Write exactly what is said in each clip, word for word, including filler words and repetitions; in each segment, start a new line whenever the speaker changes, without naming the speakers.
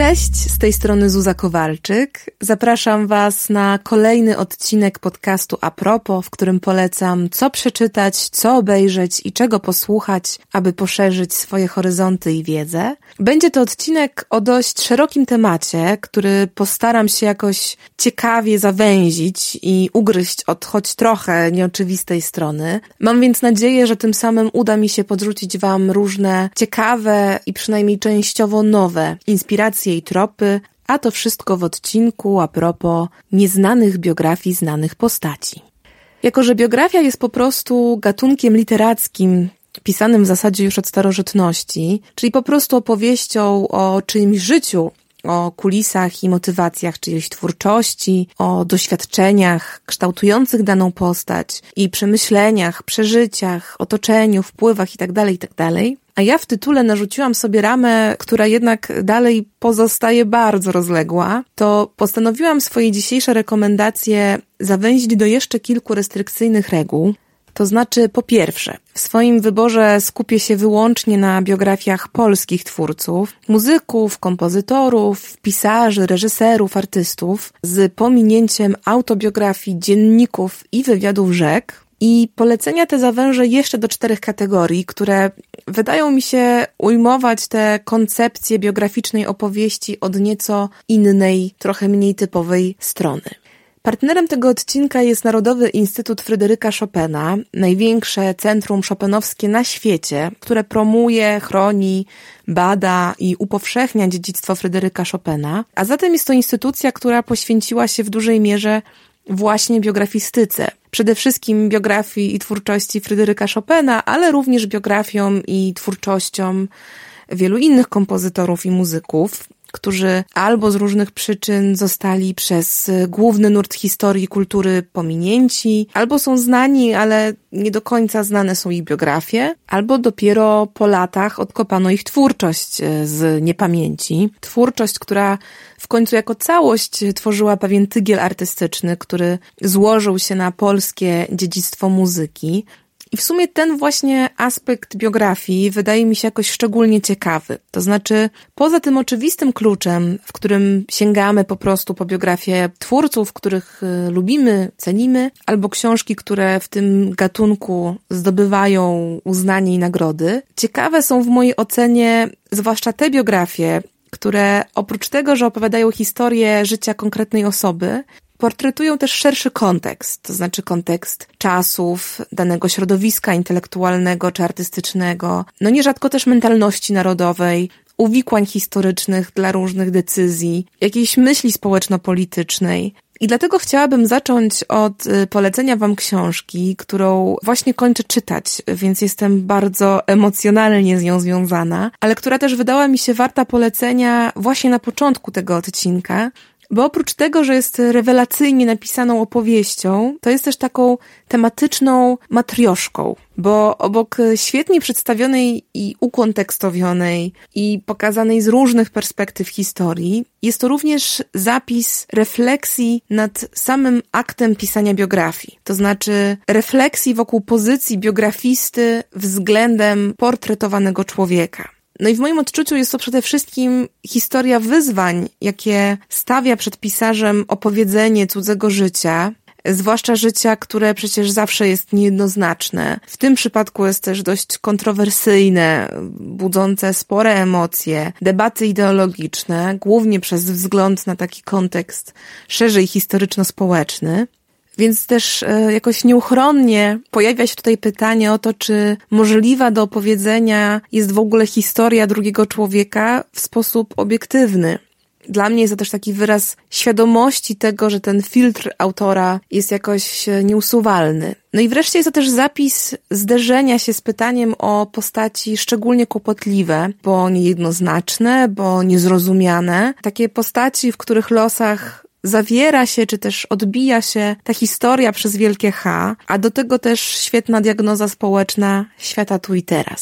Cześć, z tej strony Zuza Kowalczyk. Zapraszam Was na kolejny odcinek podcastu A propos, w którym polecam, co przeczytać, co obejrzeć i czego posłuchać, aby poszerzyć swoje horyzonty i wiedzę. Będzie to odcinek o dość szerokim temacie, który postaram się jakoś ciekawie zawęzić i ugryźć od choć trochę nieoczywistej strony. Mam więc nadzieję, że tym samym uda mi się podrzucić Wam różne ciekawe i przynajmniej częściowo nowe inspiracje i tropy, a to wszystko w odcinku a propos nieznanych biografii znanych postaci. Jako że biografia jest po prostu gatunkiem literackim, pisanym w zasadzie już od starożytności, czyli po prostu opowieścią o czyimś życiu, o kulisach i motywacjach czyjejś twórczości, o doświadczeniach kształtujących daną postać i przemyśleniach, przeżyciach, otoczeniu, wpływach itd., itd., a ja w tytule narzuciłam sobie ramę, która jednak dalej pozostaje bardzo rozległa, to postanowiłam swoje dzisiejsze rekomendacje zawęzić do jeszcze kilku restrykcyjnych reguł. To znaczy, po pierwsze, w swoim wyborze skupię się wyłącznie na biografiach polskich twórców, muzyków, kompozytorów, pisarzy, reżyserów, artystów, z pominięciem autobiografii, dzienników i wywiadów rzek. I polecenia te zawężę jeszcze do czterech kategorii, które wydają mi się ujmować te koncepcje biograficznej opowieści od nieco innej, trochę mniej typowej strony. Partnerem tego odcinka jest Narodowy Instytut Fryderyka Chopina, największe centrum chopinowskie na świecie, które promuje, chroni, bada i upowszechnia dziedzictwo Fryderyka Chopina, a zatem jest to instytucja, która poświęciła się w dużej mierze właśnie biografistyce. Przede wszystkim biografii i twórczości Fryderyka Chopina, ale również biografią i twórczością wielu innych kompozytorów i muzyków, którzy albo z różnych przyczyn zostali przez główny nurt historii i kultury pominięci, albo są znani, ale nie do końca znane są ich biografie, albo dopiero po latach odkopano ich twórczość z niepamięci. Twórczość, która w końcu jako całość tworzyła pewien tygiel artystyczny, który złożył się na polskie dziedzictwo muzyki. I w sumie ten właśnie aspekt biografii wydaje mi się jakoś szczególnie ciekawy. To znaczy, poza tym oczywistym kluczem, w którym sięgamy po prostu po biografię twórców, których lubimy, cenimy, albo książki, które w tym gatunku zdobywają uznanie i nagrody, ciekawe są w mojej ocenie zwłaszcza te biografie, które oprócz tego, że opowiadają historię życia konkretnej osoby, portretują też szerszy kontekst, to znaczy kontekst czasów, danego środowiska intelektualnego czy artystycznego, no nierzadko też mentalności narodowej, uwikłań historycznych dla różnych decyzji, jakiejś myśli społeczno-politycznej. I dlatego chciałabym zacząć od polecenia Wam książki, którą właśnie kończę czytać, więc jestem bardzo emocjonalnie z nią związana, ale która też wydała mi się warta polecenia właśnie na początku tego odcinka, bo oprócz tego, że jest rewelacyjnie napisaną opowieścią, to jest też taką tematyczną matrioszką, bo obok świetnie przedstawionej i ukontekstowionej i pokazanej z różnych perspektyw historii, jest to również zapis refleksji nad samym aktem pisania biografii. To znaczy refleksji wokół pozycji biografisty względem portretowanego człowieka. No i w moim odczuciu jest to przede wszystkim historia wyzwań, jakie stawia przed pisarzem opowiedzenie cudzego życia, zwłaszcza życia, które przecież zawsze jest niejednoznaczne. W tym przypadku jest też dość kontrowersyjne, budzące spore emocje, debaty ideologiczne, głównie przez wzgląd na taki kontekst szerzej historyczno-społeczny. Więc też e, jakoś nieuchronnie pojawia się tutaj pytanie o to, czy możliwa do opowiedzenia jest w ogóle historia drugiego człowieka w sposób obiektywny. Dla mnie jest to też taki wyraz świadomości tego, że ten filtr autora jest jakoś nieusuwalny. No i wreszcie jest to też zapis zderzenia się z pytaniem o postaci szczególnie kłopotliwe, bo niejednoznaczne, bo niezrozumiane. Takie postaci, w których losach zawiera się, czy też odbija się ta historia przez wielkie H, a do tego też świetna diagnoza społeczna świata tu i teraz.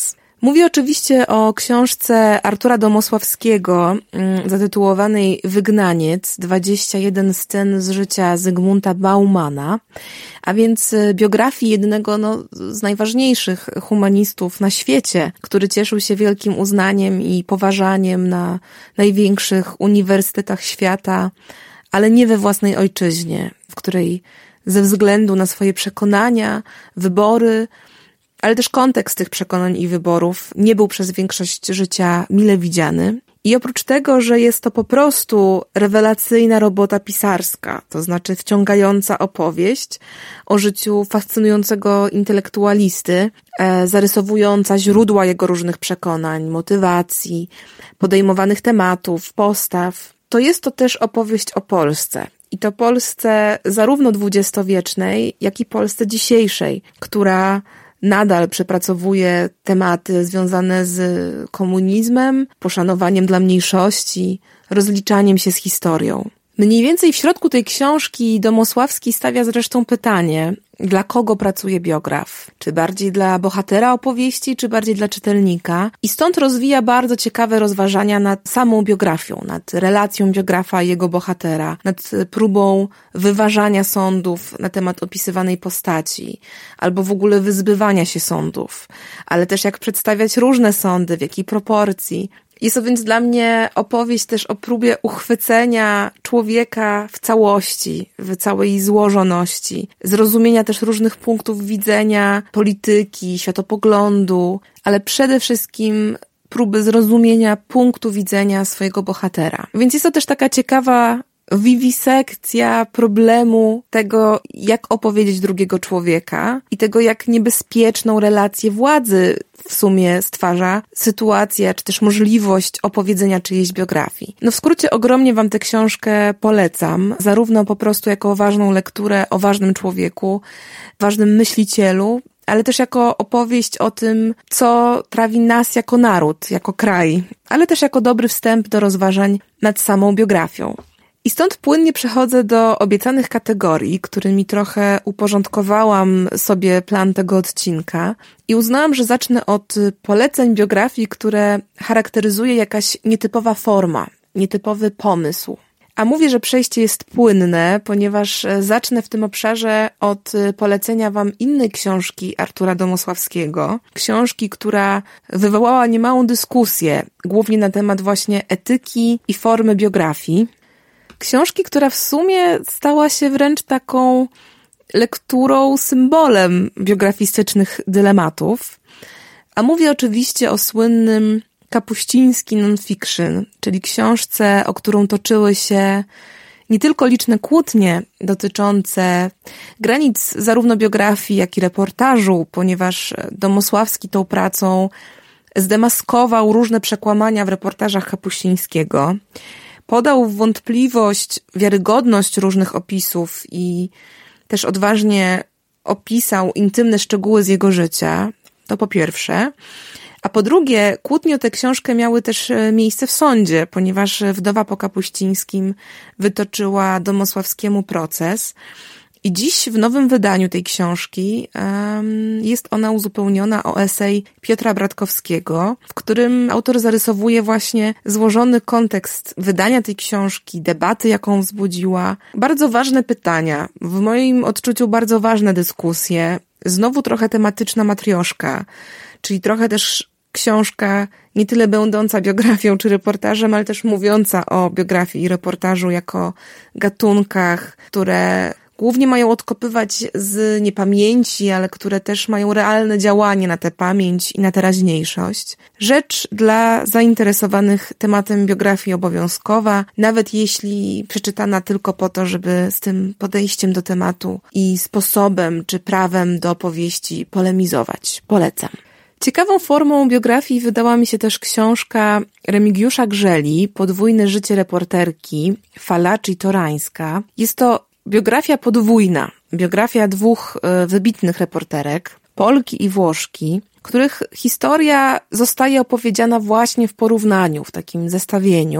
Mówię oczywiście o książce Artura Domosławskiego zatytułowanej Wygnaniec, dwadzieścia jeden scen z życia Zygmunta Baumana, a więc biografii jednego no, z najważniejszych humanistów na świecie, który cieszył się wielkim uznaniem i poważaniem na największych uniwersytetach świata, ale nie we własnej ojczyźnie, w której ze względu na swoje przekonania, wybory, ale też kontekst tych przekonań i wyborów nie był przez większość życia mile widziany. I oprócz tego, że jest to po prostu rewelacyjna robota pisarska, to znaczy wciągająca opowieść o życiu fascynującego intelektualisty, e, zarysowująca źródła jego różnych przekonań, motywacji, podejmowanych tematów, postaw, to jest to też opowieść o Polsce. I to Polsce zarówno dwudziestowiecznej, jak i Polsce dzisiejszej, która nadal przepracowuje tematy związane z komunizmem, poszanowaniem dla mniejszości, rozliczaniem się z historią. Mniej więcej w środku tej książki Domosławski stawia zresztą pytanie, dla kogo pracuje biograf? Czy bardziej dla bohatera opowieści, czy bardziej dla czytelnika? I stąd rozwija bardzo ciekawe rozważania nad samą biografią, nad relacją biografa i jego bohatera, nad próbą wyważania sądów na temat opisywanej postaci, albo w ogóle wyzbywania się sądów, ale też jak przedstawiać różne sądy, w jakiej proporcji. Jest to więc dla mnie opowieść też o próbie uchwycenia człowieka w całości, w całej złożoności, zrozumienia też różnych punktów widzenia polityki, światopoglądu, ale przede wszystkim próby zrozumienia punktu widzenia swojego bohatera. Więc jest to też taka ciekawa wiwisekcja problemu tego, jak opowiedzieć drugiego człowieka i tego, jak niebezpieczną relację władzy w sumie stwarza sytuacja, czy też możliwość opowiedzenia czyjejś biografii. No w skrócie ogromnie wam tę książkę polecam, zarówno po prostu jako ważną lekturę o ważnym człowieku, ważnym myślicielu, ale też jako opowieść o tym, co trawi nas jako naród, jako kraj, ale też jako dobry wstęp do rozważań nad samą biografią. I stąd płynnie przechodzę do obiecanych kategorii, którymi trochę uporządkowałam sobie plan tego odcinka i uznałam, że zacznę od poleceń biografii, które charakteryzuje jakaś nietypowa forma, nietypowy pomysł. A mówię, że przejście jest płynne, ponieważ zacznę w tym obszarze od polecenia wam innej książki Artura Domosławskiego. Książki, która wywołała niemałą dyskusję, głównie na temat właśnie etyki i formy biografii. Książki, która w sumie stała się wręcz taką lekturą, symbolem biografistycznych dylematów. A mówię oczywiście o słynnym Kapuściński non-fiction, czyli książce, o którą toczyły się nie tylko liczne kłótnie dotyczące granic zarówno biografii, jak i reportażu, ponieważ Domosławski tą pracą zdemaskował różne przekłamania w reportażach Kapuścińskiego. Podał w wątpliwość wiarygodność różnych opisów i też odważnie opisał intymne szczegóły z jego życia. To po pierwsze. A po drugie, kłótnie o tę książkę miały też miejsce w sądzie, ponieważ wdowa po Kapuścińskim wytoczyła Domosławskiemu proces. I dziś w nowym wydaniu tej książki um, jest ona uzupełniona o esej Piotra Bratkowskiego, w którym autor zarysowuje właśnie złożony kontekst wydania tej książki, debaty, jaką wzbudziła. Bardzo ważne pytania, w moim odczuciu bardzo ważne dyskusje. Znowu trochę tematyczna matrioszka, czyli trochę też książka nie tyle będąca biografią czy reportażem, ale też mówiąca o biografii i reportażu jako gatunkach, które głównie mają odkopywać z niepamięci, ale które też mają realne działanie na tę pamięć i na teraźniejszość. Rzecz dla zainteresowanych tematem biografii obowiązkowa, nawet jeśli przeczytana tylko po to, żeby z tym podejściem do tematu i sposobem czy prawem do opowieści polemizować. Polecam. Ciekawą formą biografii wydała mi się też książka Remigiusza Grzeli, Podwójne życie reporterki, Falaci Torańska. Jest to biografia podwójna, biografia dwóch wybitnych reporterek, Polki i Włoszki, których historia zostaje opowiedziana właśnie w porównaniu, w takim zestawieniu.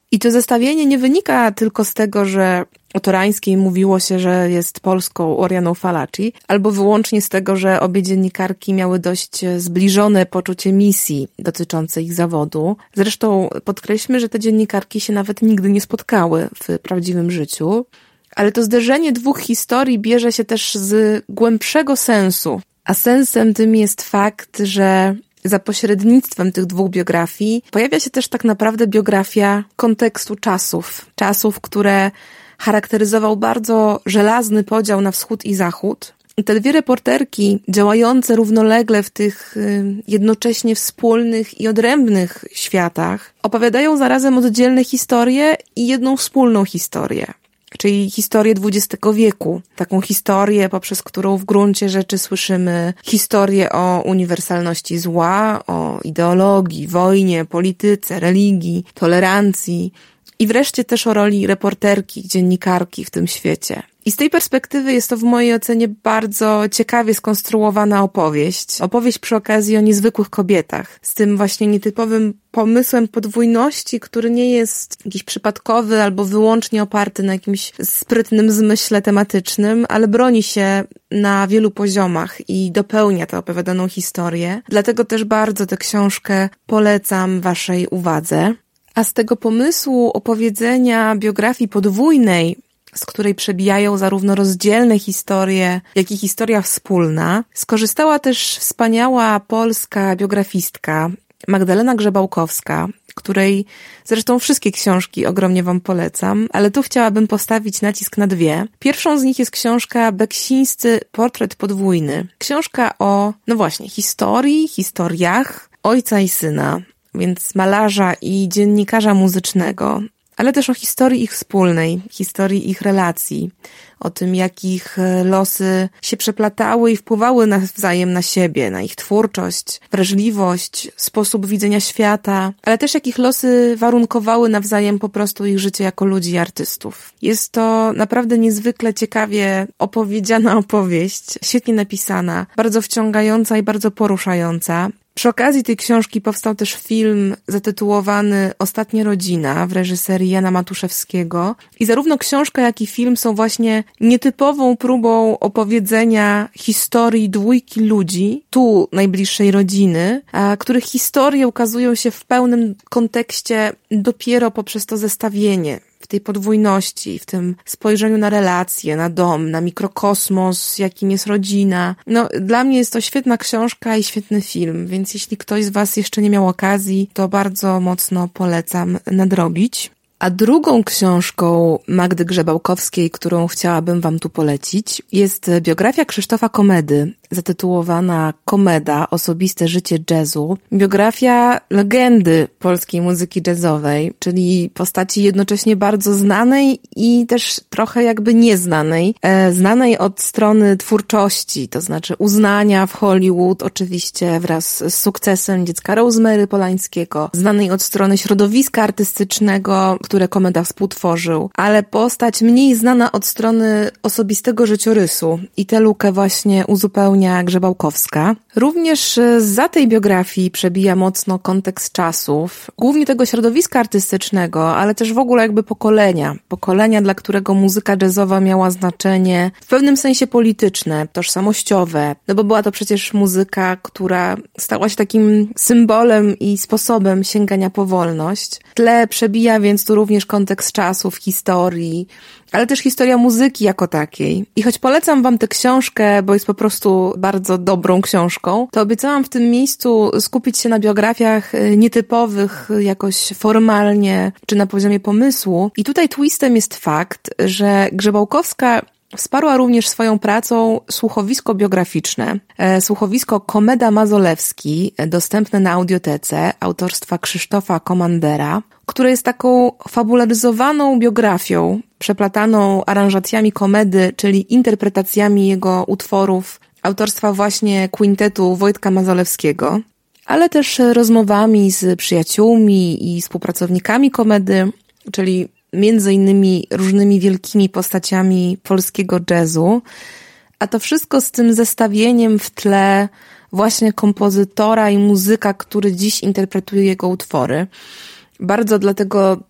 I to zestawienie nie wynika tylko z tego, że o Torańskiej mówiło się, że jest polską Orianą Fallaci, albo wyłącznie z tego, że obie dziennikarki miały dość zbliżone poczucie misji dotyczące ich zawodu. Zresztą podkreślmy, że te dziennikarki się nawet nigdy nie spotkały w prawdziwym życiu. Ale to zderzenie dwóch historii bierze się też z głębszego sensu. A sensem tym jest fakt, że za pośrednictwem tych dwóch biografii pojawia się też tak naprawdę biografia kontekstu czasów. Czasów, które charakteryzował bardzo żelazny podział na wschód i zachód. I te dwie reporterki działające równolegle w tych jednocześnie wspólnych i odrębnych światach opowiadają zarazem oddzielne historie i jedną wspólną historię. Czyli historię dwudziestego wieku. Taką historię, poprzez którą w gruncie rzeczy słyszymy historię o uniwersalności zła, o ideologii, wojnie, polityce, religii, tolerancji i wreszcie też o roli reporterki, dziennikarki w tym świecie. I z tej perspektywy jest to w mojej ocenie bardzo ciekawie skonstruowana opowieść. Opowieść przy okazji o niezwykłych kobietach. Z tym właśnie nietypowym pomysłem podwójności, który nie jest jakiś przypadkowy albo wyłącznie oparty na jakimś sprytnym zmyśle tematycznym, ale broni się na wielu poziomach i dopełnia tę opowiadaną historię. Dlatego też bardzo tę książkę polecam waszej uwadze. A z tego pomysłu opowiedzenia biografii podwójnej, z której przebijają zarówno rozdzielne historie, jak i historia wspólna, skorzystała też wspaniała polska biografistka Magdalena Grzebałkowska, której zresztą wszystkie książki ogromnie wam polecam, ale tu chciałabym postawić nacisk na dwie. Pierwszą z nich jest książka Beksińscy Portret podwójny. Książka o, no właśnie, historii, historiach ojca i syna, więc malarza i dziennikarza muzycznego, ale też o historii ich wspólnej, historii ich relacji, o tym, jak ich losy się przeplatały i wpływały nawzajem na siebie, na ich twórczość, wrażliwość, sposób widzenia świata, ale też jak ich losy warunkowały nawzajem po prostu ich życie jako ludzi i artystów. Jest to naprawdę niezwykle ciekawie opowiedziana opowieść, świetnie napisana, bardzo wciągająca i bardzo poruszająca. Przy okazji tej książki powstał też film zatytułowany Ostatnia rodzina w reżyserii Jana Matuszewskiego i zarówno książka, jak i film są właśnie nietypową próbą opowiedzenia historii dwójki ludzi, tu najbliższej rodziny, a których historie ukazują się w pełnym kontekście dopiero poprzez to zestawienie, w tej podwójności, w tym spojrzeniu na relacje, na dom, na mikrokosmos, jakim jest rodzina. No, dla mnie jest to świetna książka i świetny film, więc jeśli ktoś z was jeszcze nie miał okazji, to bardzo mocno polecam nadrobić. A drugą książką Magdy Grzebałkowskiej, którą chciałabym wam tu polecić, jest biografia Krzysztofa Komedy, zatytułowana Komeda – Osobiste życie jazzu. Biografia legendy polskiej muzyki jazzowej, czyli postaci jednocześnie bardzo znanej i też trochę jakby nieznanej. E, znanej od strony twórczości, to znaczy uznania w Hollywood, oczywiście wraz z sukcesem Dziecka Rosemary Polańskiego. Znanej od strony środowiska artystycznego, które Komeda współtworzył, ale postać mniej znana od strony osobistego życiorysu i tę lukę właśnie uzupełnia Grzebałkowska. Również za tej biografii przebija mocno kontekst czasów, głównie tego środowiska artystycznego, ale też w ogóle jakby pokolenia. Pokolenia, dla którego muzyka jazzowa miała znaczenie w pewnym sensie polityczne, tożsamościowe, no bo była to przecież muzyka, która stała się takim symbolem i sposobem sięgania po wolność. W tle przebija więc tu również kontekst czasów, historii, ale też historia muzyki jako takiej. I choć polecam wam tę książkę, bo jest po prostu bardzo dobrą książką, to obiecałam w tym miejscu skupić się na biografiach nietypowych jakoś formalnie, czy na poziomie pomysłu. I tutaj twistem jest fakt, że Grzebałkowska wsparła również swoją pracą słuchowisko biograficzne. Słuchowisko Komeda Mazolewski, dostępne na Audiotece, autorstwa Krzysztofa Komandera, które jest taką fabularyzowaną biografią, przeplataną aranżacjami Komedy, czyli interpretacjami jego utworów autorstwa właśnie kwintetu Wojtka Mazolewskiego, ale też rozmowami z przyjaciółmi i współpracownikami Komedy, czyli między innymi różnymi wielkimi postaciami polskiego jazzu, a to wszystko z tym zestawieniem w tle właśnie kompozytora i muzyka, który dziś interpretuje jego utwory. Bardzo dlatego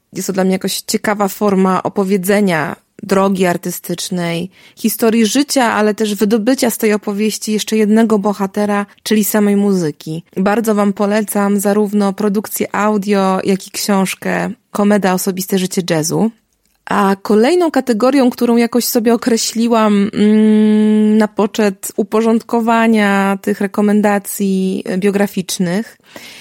Jest to dla mnie jakoś ciekawa forma opowiedzenia drogi artystycznej, historii życia, ale też wydobycia z tej opowieści jeszcze jednego bohatera, czyli samej muzyki. Bardzo Wam polecam zarówno produkcję audio, jak i książkę Komeda Osobiste życie jazzu. A kolejną kategorią, którą jakoś sobie określiłam mm, na poczet uporządkowania tych rekomendacji biograficznych,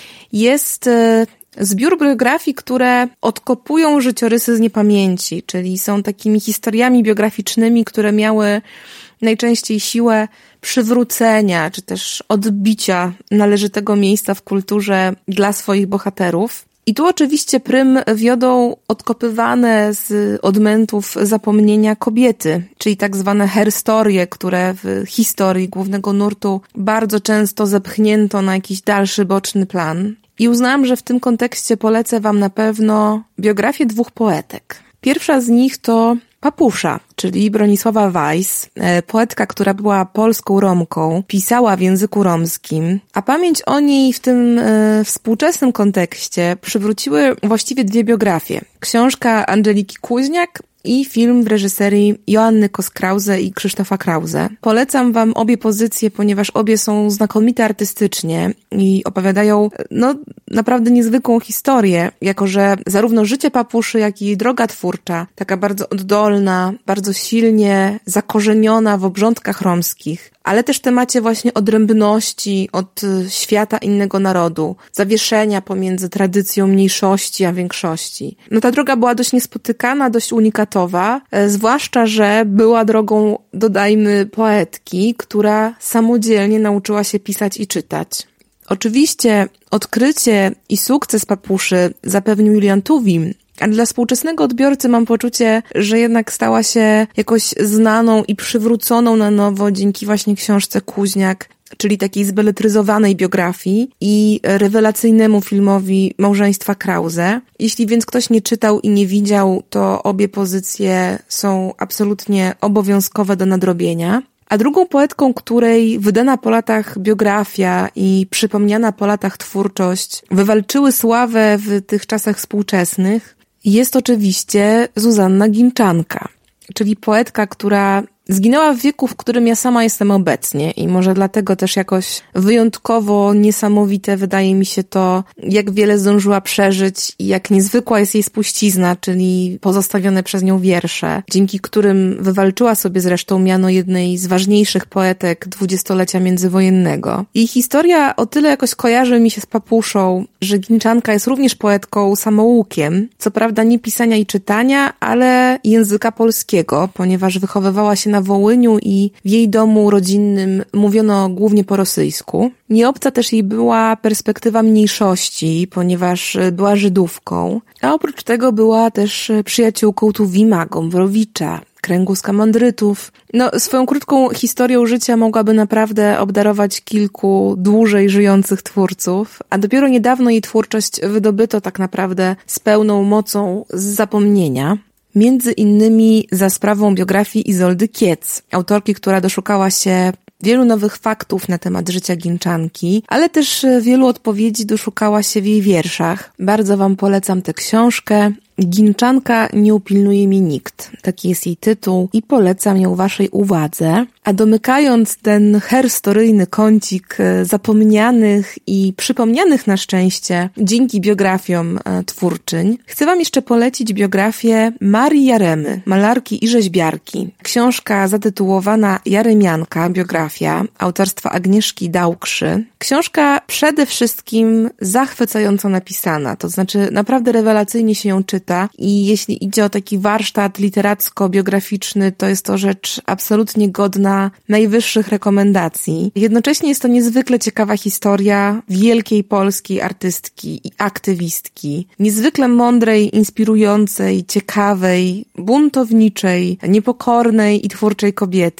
jest zbiór biografii, które odkopują życiorysy z niepamięci, czyli są takimi historiami biograficznymi, które miały najczęściej siłę przywrócenia, czy też odbicia należytego miejsca w kulturze dla swoich bohaterów. I tu oczywiście prym wiodą odkopywane z odmętów zapomnienia kobiety, czyli tak zwane herstorie, które w historii głównego nurtu bardzo często zepchnięto na jakiś dalszy, boczny plan. I uznałam, że w tym kontekście polecę Wam na pewno biografię dwóch poetek. Pierwsza z nich to Papusza, czyli Bronisława Weiss, poetka, która była polską Romką, pisała w języku romskim, a pamięć o niej w tym e, współczesnym kontekście przywróciły właściwie dwie biografie. Książka Angeliki Kuźniak i film w reżyserii Joanny Kos-Krause i Krzysztofa Krause. Polecam Wam obie pozycje, ponieważ obie są znakomite artystycznie i opowiadają no naprawdę niezwykłą historię, jako że zarówno życie Papuszy, jak i jej droga twórcza, taka bardzo oddolna, bardzo silnie zakorzeniona w obrządkach romskich, ale też temacie właśnie odrębności od świata innego narodu, zawieszenia pomiędzy tradycją mniejszości a większości. No ta droga była dość niespotykana, dość unikatowa, e, zwłaszcza, że była drogą, dodajmy, poetki, która samodzielnie nauczyła się pisać i czytać. Oczywiście odkrycie i sukces Papuszy zapewnił Julian Tuwim, a dla współczesnego odbiorcy mam poczucie, że jednak stała się jakoś znaną i przywróconą na nowo dzięki właśnie książce Kuźniak, czyli takiej zbeletryzowanej biografii i rewelacyjnemu filmowi Małżeństwa Krause. Jeśli więc ktoś nie czytał i nie widział, to obie pozycje są absolutnie obowiązkowe do nadrobienia. A drugą poetką, której wydana po latach biografia i przypomniana po latach twórczość wywalczyły sławę w tych czasach współczesnych, jest oczywiście Zuzanna Ginczanka, czyli poetka, która zginęła w wieku, w którym ja sama jestem obecnie i może dlatego też jakoś wyjątkowo niesamowite wydaje mi się to, jak wiele zdążyła przeżyć i jak niezwykła jest jej spuścizna, czyli pozostawione przez nią wiersze, dzięki którym wywalczyła sobie zresztą miano jednej z ważniejszych poetek dwudziestolecia międzywojennego. Jej historia o tyle jakoś kojarzy mi się z Papuszą, że Ginczanka jest również poetką samoukiem, co prawda nie pisania i czytania, ale języka polskiego, ponieważ wychowywała się na Wołyniu i w jej domu rodzinnym mówiono głównie po rosyjsku. Nieobca też jej była perspektywa mniejszości, ponieważ była Żydówką, a oprócz tego była też przyjaciółką Tuwima, Gombrowicza, kręgu skamandrytów. No, swoją krótką historią życia mogłaby naprawdę obdarować kilku dłużej żyjących twórców, a dopiero niedawno jej twórczość wydobyto tak naprawdę z pełną mocą z zapomnienia. Między innymi za sprawą biografii Izoldy Kiec, autorki, która doszukała się wielu nowych faktów na temat życia Ginczanki, ale też wielu odpowiedzi doszukała się w jej wierszach. Bardzo Wam polecam tę książkę. Ginczanka nie upilnuje mi nikt. Taki jest jej tytuł i polecam ją Waszej uwadze. A domykając ten herstoryjny kącik zapomnianych i przypomnianych na szczęście dzięki biografiom twórczyń, chcę Wam jeszcze polecić biografię Marii Jaremy, malarki i rzeźbiarki. Książka zatytułowana Jaremianka, biografia, autorstwa Agnieszki Dałkrzy. Książka przede wszystkim zachwycająco napisana, to znaczy naprawdę rewelacyjnie się ją czyta i jeśli idzie o taki warsztat literacko-biograficzny, to jest to rzecz absolutnie godna najwyższych rekomendacji. Jednocześnie jest to niezwykle ciekawa historia wielkiej polskiej artystki i aktywistki, niezwykle mądrej, inspirującej, ciekawej, buntowniczej, niepokornej i twórczej kobiety.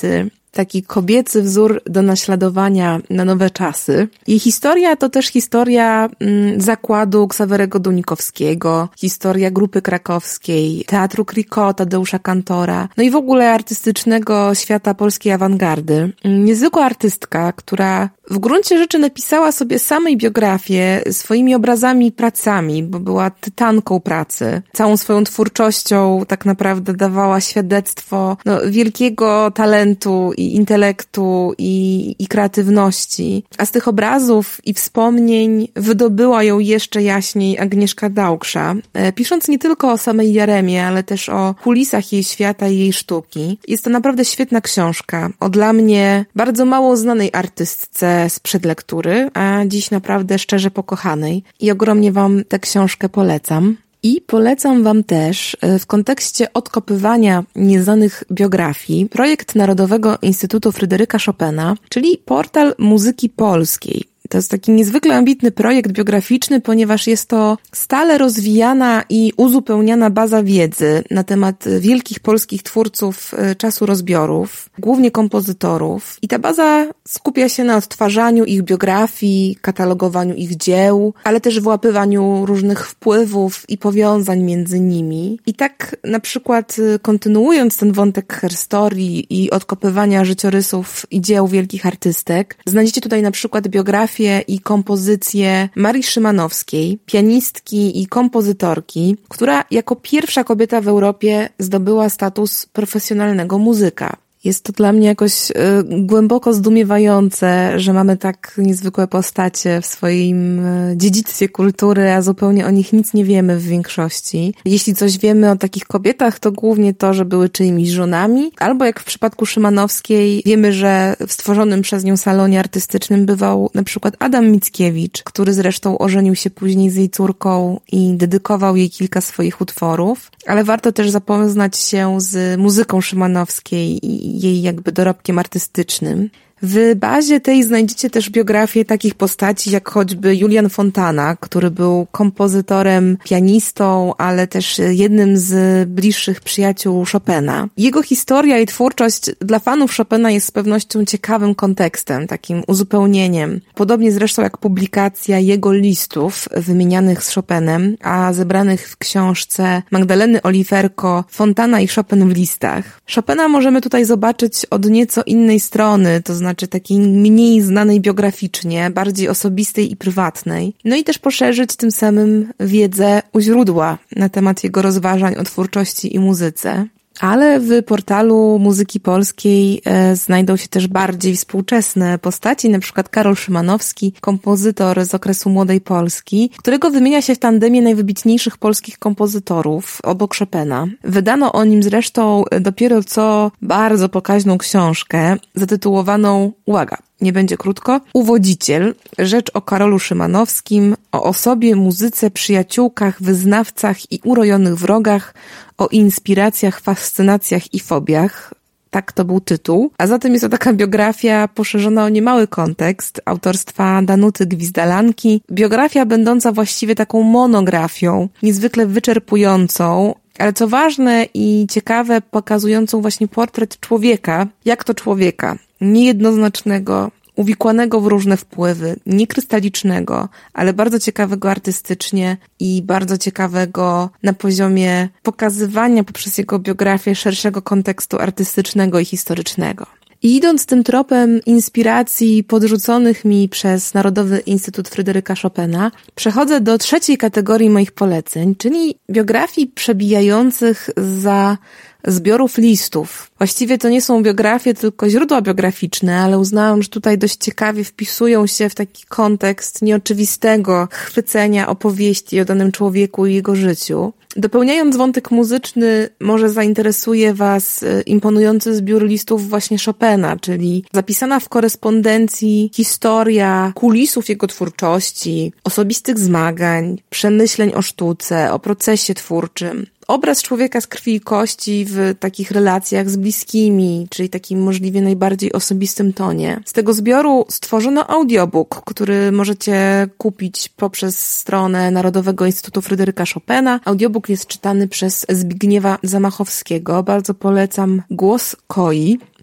taki kobiecy wzór do naśladowania na nowe czasy. Jej historia to też historia mm, zakładu Ksawerego Dunikowskiego, historia Grupy Krakowskiej, Teatru Kriko, Tadeusza Kantora, no i w ogóle artystycznego świata polskiej awangardy. Niezwykła artystka, która w gruncie rzeczy napisała sobie samej biografię swoimi obrazami i pracami, bo była tytanką pracy. Całą swoją twórczością tak naprawdę dawała świadectwo no, wielkiego talentu i intelektu i, i kreatywności. A z tych obrazów i wspomnień wydobyła ją jeszcze jaśniej Agnieszka Daugksza, pisząc nie tylko o samej Jaremie, ale też o kulisach jej świata i jej sztuki. Jest to naprawdę świetna książka o dla mnie bardzo mało znanej artystce sprzed lektury, a dziś naprawdę szczerze pokochanej. I ogromnie wam tę książkę polecam. I polecam wam też w kontekście odkopywania nieznanych biografii projekt Narodowego Instytutu Fryderyka Chopina, czyli portal muzyki polskiej. To jest taki niezwykle ambitny projekt biograficzny, ponieważ jest to stale rozwijana i uzupełniana baza wiedzy na temat wielkich polskich twórców czasu rozbiorów, głównie kompozytorów. I ta baza skupia się na odtwarzaniu ich biografii, katalogowaniu ich dzieł, ale też wyłapywaniu różnych wpływów i powiązań między nimi. I tak na przykład kontynuując ten wątek herstorii i odkopywania życiorysów i dzieł wielkich artystek, znajdziecie tutaj na przykład biografię i kompozycję Marii Szymanowskiej, pianistki i kompozytorki, która jako pierwsza kobieta w Europie zdobyła status profesjonalnego muzyka. Jest to dla mnie jakoś y, głęboko zdumiewające, że mamy tak niezwykłe postacie w swoim y, dziedzictwie kultury, a zupełnie o nich nic nie wiemy w większości. Jeśli coś wiemy o takich kobietach, to głównie to, że były czyimiś żonami, albo jak w przypadku Szymanowskiej, wiemy, że w stworzonym przez nią salonie artystycznym bywał na przykład Adam Mickiewicz, który zresztą ożenił się później z jej córką i dedykował jej kilka swoich utworów, ale warto też zapoznać się z muzyką Szymanowskiej i jej jakby dorobkiem artystycznym. W bazie tej znajdziecie też biografię takich postaci jak choćby Julian Fontana, który był kompozytorem, pianistą, ale też jednym z bliższych przyjaciół Chopina. Jego historia i twórczość dla fanów Chopina jest z pewnością ciekawym kontekstem, takim uzupełnieniem. Podobnie zresztą jak publikacja jego listów wymienianych z Chopinem, a zebranych w książce Magdaleny Oliverko Fontana i Chopin w listach. Chopina możemy tutaj zobaczyć od nieco innej strony, to znaczy znaczy takiej mniej znanej biograficznie, bardziej osobistej i prywatnej. No i też poszerzyć tym samym wiedzę u źródła na temat jego rozważań o twórczości i muzyce. Ale w portalu muzyki polskiej e, znajdą się też bardziej współczesne postaci, na przykład Karol Szymanowski, kompozytor z okresu Młodej Polski, którego wymienia się w tandemie najwybitniejszych polskich kompozytorów obok Chopina. Wydano o nim zresztą dopiero co bardzo pokaźną książkę zatytułowaną, uwaga, nie będzie krótko, Uwodziciel, rzecz o Karolu Szymanowskim, o osobie, muzyce, przyjaciółkach, wyznawcach i urojonych wrogach, o inspiracjach, fascynacjach i fobiach. Tak to był tytuł. A zatem jest to taka biografia poszerzona o niemały kontekst autorstwa Danuty Gwizdalanki. Biografia będąca właściwie taką monografią, niezwykle wyczerpującą, ale co ważne i ciekawe, pokazującą właśnie portret człowieka, jak to człowieka, niejednoznacznego, uwikłanego w różne wpływy, niekrystalicznego, ale bardzo ciekawego artystycznie i bardzo ciekawego na poziomie pokazywania poprzez jego biografię szerszego kontekstu artystycznego i historycznego. I idąc tym tropem inspiracji podrzuconych mi przez Narodowy Instytut Fryderyka Chopina, przechodzę do trzeciej kategorii moich poleceń, czyli biografii przebijających za zbiorów listów. Właściwie to nie są biografie, tylko źródła biograficzne, ale uznałam, że tutaj dość ciekawie wpisują się w taki kontekst nieoczywistego chwycenia opowieści o danym człowieku i jego życiu. Dopełniając wątek muzyczny, może zainteresuje Was imponujący zbiór listów właśnie Chopina, czyli zapisana w korespondencji historia kulisów jego twórczości, osobistych zmagań, przemyśleń o sztuce, o procesie twórczym. Obraz człowieka z krwi i kości w takich relacjach z bliskimi, czyli takim możliwie najbardziej osobistym tonie. Z tego zbioru stworzono audiobook, który możecie kupić poprzez stronę Narodowego Instytutu Fryderyka Chopina. Audiobook jest czytany przez Zbigniewa Zamachowskiego. Bardzo polecam Głos Koi.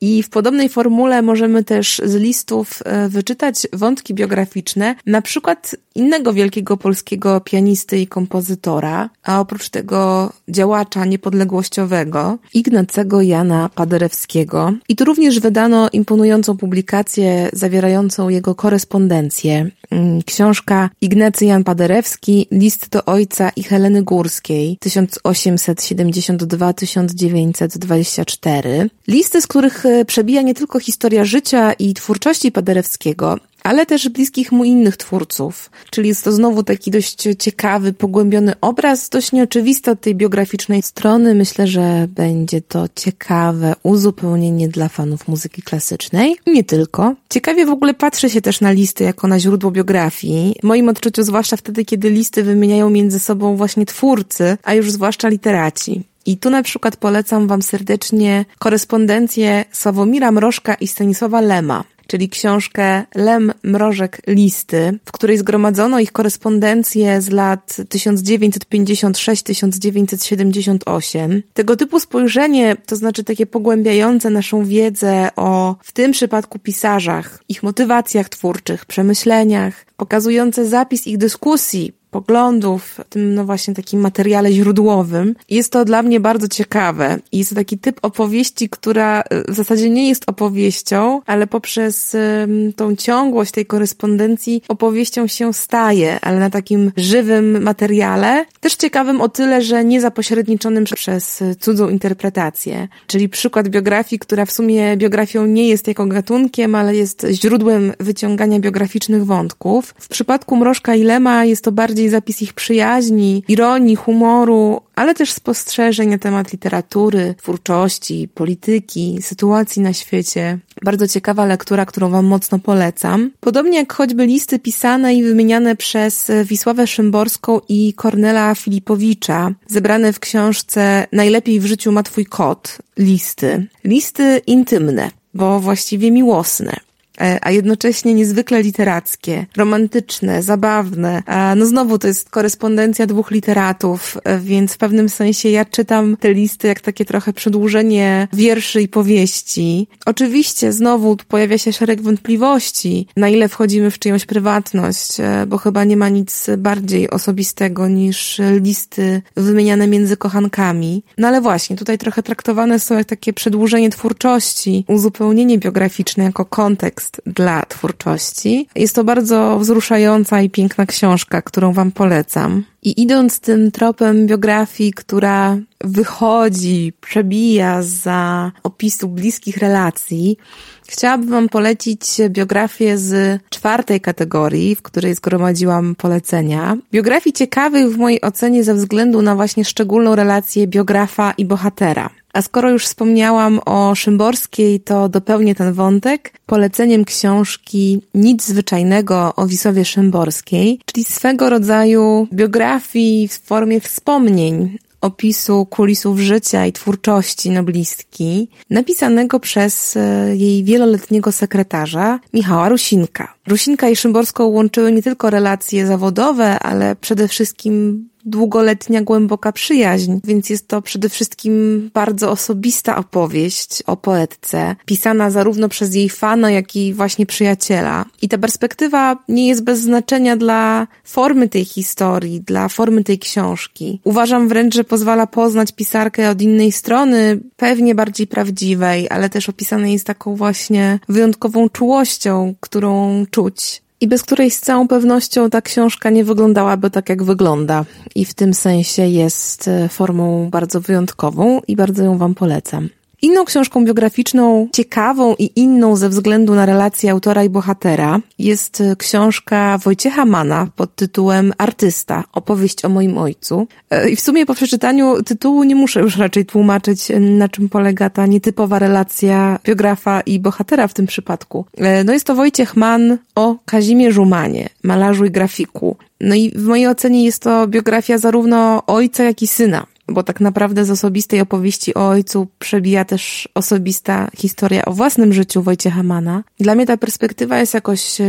I w podobnej formule możemy też z listów wyczytać wątki biograficzne, na przykład innego wielkiego polskiego pianisty i kompozytora, a oprócz tego działacza niepodległościowego, Ignacego Jana Paderewskiego. I tu również wydano imponującą publikację zawierającą jego korespondencję. Książka Ignacy Jan Paderewski, List do ojca i Heleny Górskiej, tysiąc osiemset siedemdziesiąt dwa do tysiąc dziewięćset dwadzieścia cztery. Listy, z których przebija nie tylko historia życia i twórczości Paderewskiego, ale też bliskich mu innych twórców. Czyli jest to znowu taki dość ciekawy, pogłębiony obraz, dość nieoczywisty od tej biograficznej strony. Myślę, że będzie to ciekawe uzupełnienie dla fanów muzyki klasycznej. Nie tylko. Ciekawie w ogóle patrzy się też na listy jako na źródło biografii. W moim odczuciu zwłaszcza wtedy, kiedy listy wymieniają między sobą właśnie twórcy, a już zwłaszcza literaci. I tu na przykład polecam Wam serdecznie korespondencję Sławomira Mrożka i Stanisława Lema, czyli książkę Lem, Mrożek, Listy, w której zgromadzono ich korespondencję z lat tysiąc dziewięćset pięćdziesiąt sześć do tysiąc dziewięćset siedemdziesiąt osiem. Tego typu spojrzenie, to znaczy takie pogłębiające naszą wiedzę o, w tym przypadku, pisarzach, ich motywacjach twórczych, przemyśleniach, pokazujące zapis ich dyskusji, poglądów, w tym no właśnie takim materiale źródłowym. Jest to dla mnie bardzo ciekawe. Jest to taki typ opowieści, która w zasadzie nie jest opowieścią, ale poprzez um, tą ciągłość tej korespondencji opowieścią się staje, ale na takim żywym materiale. Też ciekawym o tyle, że nie zapośredniczonym przez cudzą interpretację. Czyli przykład biografii, która w sumie biografią nie jest jako gatunkiem, ale jest źródłem wyciągania biograficznych wątków. W przypadku Mrożka i Lema jest to bardziej zapis ich przyjaźni, ironii, humoru, ale też spostrzeżeń na temat literatury, twórczości, polityki, sytuacji na świecie. Bardzo ciekawa lektura, którą Wam mocno polecam. Podobnie jak choćby listy pisane i wymieniane przez Wisławę Szymborską i Kornela Filipowicza, zebrane w książce Najlepiej w życiu ma twój kot. Listy. Listy intymne, bo właściwie miłosne, a jednocześnie niezwykle literackie, romantyczne, zabawne. No znowu to jest korespondencja dwóch literatów, więc w pewnym sensie ja czytam te listy jak takie trochę przedłużenie wierszy i powieści. Oczywiście znowu pojawia się szereg wątpliwości, na ile wchodzimy w czyjąś prywatność, bo chyba nie ma nic bardziej osobistego niż listy wymieniane między kochankami. No ale właśnie, tutaj trochę traktowane są jak takie przedłużenie twórczości, uzupełnienie biograficzne jako kontekst dla twórczości. Jest to bardzo wzruszająca i piękna książka, którą Wam polecam. I idąc tym tropem biografii, która wychodzi, przebija za opisu bliskich relacji, chciałabym Wam polecić biografię z czwartej kategorii, w której zgromadziłam polecenia. Biografii ciekawych w mojej ocenie ze względu na właśnie szczególną relację biografa i bohatera. A skoro już wspomniałam o Szymborskiej, to dopełnię ten wątek poleceniem książki Nic zwyczajnego o Wisławie Szymborskiej, czyli swego rodzaju biografii w formie wspomnień, opisu kulisów życia i twórczości noblistki, napisanego przez jej wieloletniego sekretarza Michała Rusinka. Rusinka i Szymborską łączyły nie tylko relacje zawodowe, ale przede wszystkim długoletnia, głęboka przyjaźń, więc jest to przede wszystkim bardzo osobista opowieść o poetce, pisana zarówno przez jej fana, jak i właśnie przyjaciela. I ta perspektywa nie jest bez znaczenia dla formy tej historii, dla formy tej książki. Uważam wręcz, że pozwala poznać pisarkę od innej strony, pewnie bardziej prawdziwej, ale też opisanej z taką właśnie wyjątkową czułością, którą czuć. I bez której z całą pewnością ta książka nie wyglądałaby tak, jak wygląda. I w tym sensie jest formą bardzo wyjątkową i bardzo ją Wam polecam. Inną książką biograficzną, ciekawą i inną ze względu na relację autora i bohatera, jest książka Wojciecha Manna pod tytułem Artysta. Opowieść o moim ojcu. I w sumie po przeczytaniu tytułu nie muszę już raczej tłumaczyć, na czym polega ta nietypowa relacja biografa i bohatera w tym przypadku. No jest to Wojciech Mann o Kazimierzu Manie, malarzu i grafiku. No i w mojej ocenie jest to biografia zarówno ojca, jak i syna. Bo tak naprawdę z osobistej opowieści o ojcu przebija też osobista historia o własnym życiu Wojciecha Manna. Dla mnie ta perspektywa jest jakoś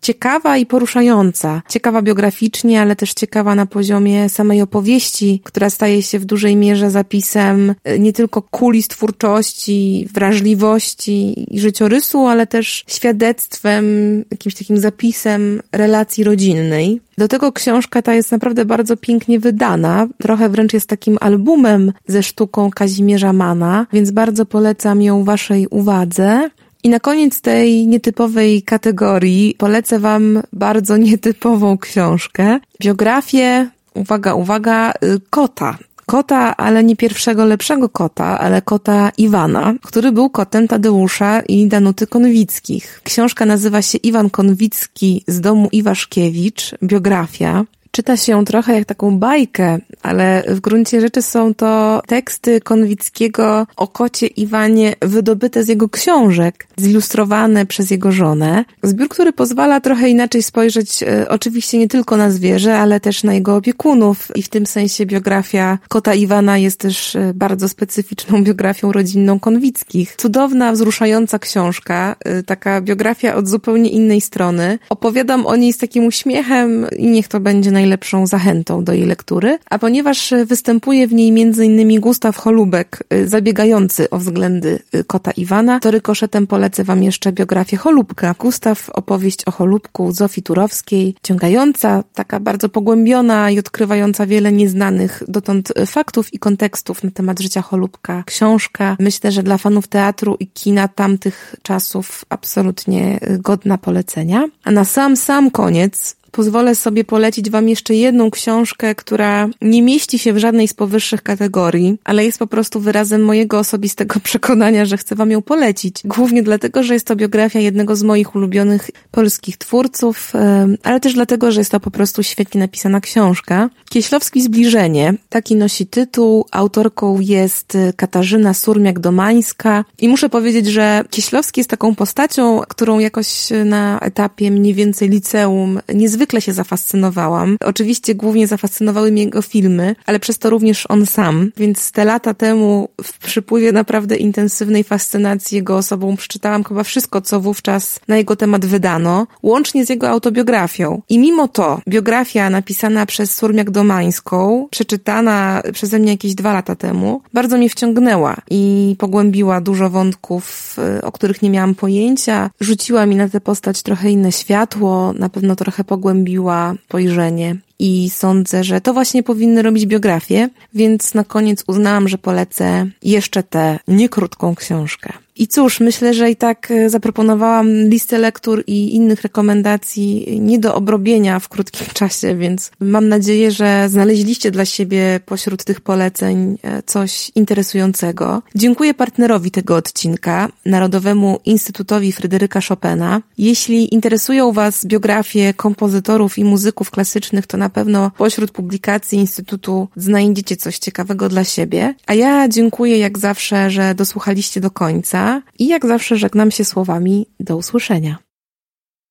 ciekawa i poruszająca. Ciekawa biograficznie, ale też ciekawa na poziomie samej opowieści, która staje się w dużej mierze zapisem nie tylko kulis twórczości, wrażliwości i życiorysu, ale też świadectwem, jakimś takim zapisem relacji rodzinnej. Do tego książka ta jest naprawdę bardzo pięknie wydana. Trochę wręcz jest takim albumem ze sztuką Kazimierza Mana, więc bardzo polecam ją waszej uwadze. I na koniec tej nietypowej kategorii polecę wam bardzo nietypową książkę. Biografię, uwaga, uwaga, kota. Kota, ale nie pierwszego lepszego kota, ale kota Iwana, który był kotem Tadeusza i Danuty Konwickich. Książka nazywa się Iwan Konwicki z domu Iwaszkiewicz, biografia. Czyta się ją trochę jak taką bajkę, ale w gruncie rzeczy są to teksty Konwickiego o kocie Iwanie wydobyte z jego książek, zilustrowane przez jego żonę. Zbiór, który pozwala trochę inaczej spojrzeć e, oczywiście nie tylko na zwierzę, ale też na jego opiekunów i w tym sensie biografia kota Iwana jest też e, bardzo specyficzną biografią rodzinną Konwickich. Cudowna, wzruszająca książka, e, taka biografia od zupełnie innej strony. Opowiadam o niej z takim uśmiechem i niech to będzie naj najlepszą zachętą do jej lektury, a ponieważ występuje w niej między innymi Gustaw Holubek, zabiegający o względy kota Iwana, to rykoszetem polecę wam jeszcze biografię Holubka. Gustaw, opowieść o Holubku Zofii Turowskiej, ciągająca, taka bardzo pogłębiona i odkrywająca wiele nieznanych dotąd faktów i kontekstów na temat życia Holubka. Książka, myślę, że dla fanów teatru i kina tamtych czasów absolutnie godna polecenia. A na sam, sam koniec pozwolę sobie polecić wam jeszcze jedną książkę, która nie mieści się w żadnej z powyższych kategorii, ale jest po prostu wyrazem mojego osobistego przekonania, że chcę wam ją polecić. Głównie dlatego, że jest to biografia jednego z moich ulubionych polskich twórców, ale też dlatego, że jest to po prostu świetnie napisana książka. Kieślowski Zbliżenie, taki nosi tytuł. Autorką jest Katarzyna Surmiak-Domańska i muszę powiedzieć, że Kieślowski jest taką postacią, którą jakoś na etapie mniej więcej liceum niezwykle się zafascynowałam. Oczywiście głównie zafascynowały mnie jego filmy, ale przez to również on sam, więc te lata temu w przypływie naprawdę intensywnej fascynacji jego osobą przeczytałam chyba wszystko, co wówczas na jego temat wydano, łącznie z jego autobiografią. I mimo to biografia napisana przez Surmiak-Domańską, przeczytana przeze mnie jakieś dwa lata temu, bardzo mnie wciągnęła i pogłębiła dużo wątków, o których nie miałam pojęcia. Rzuciła mi na tę postać trochę inne światło, na pewno trochę pogłębiła spojrzenie. I sądzę, że to właśnie powinny robić biografie, więc na koniec uznałam, że polecę jeszcze tę niekrótką książkę. I cóż, myślę, że i tak zaproponowałam listę lektur i innych rekomendacji nie do obrobienia w krótkim czasie, więc mam nadzieję, że znaleźliście dla siebie pośród tych poleceń coś interesującego. Dziękuję partnerowi tego odcinka, Narodowemu Instytutowi Fryderyka Chopina. Jeśli interesują was biografie kompozytorów i muzyków klasycznych, to na pewno pośród publikacji Instytutu znajdziecie coś ciekawego dla siebie. A ja dziękuję jak zawsze, że dosłuchaliście do końca i jak zawsze żegnam się słowami do usłyszenia.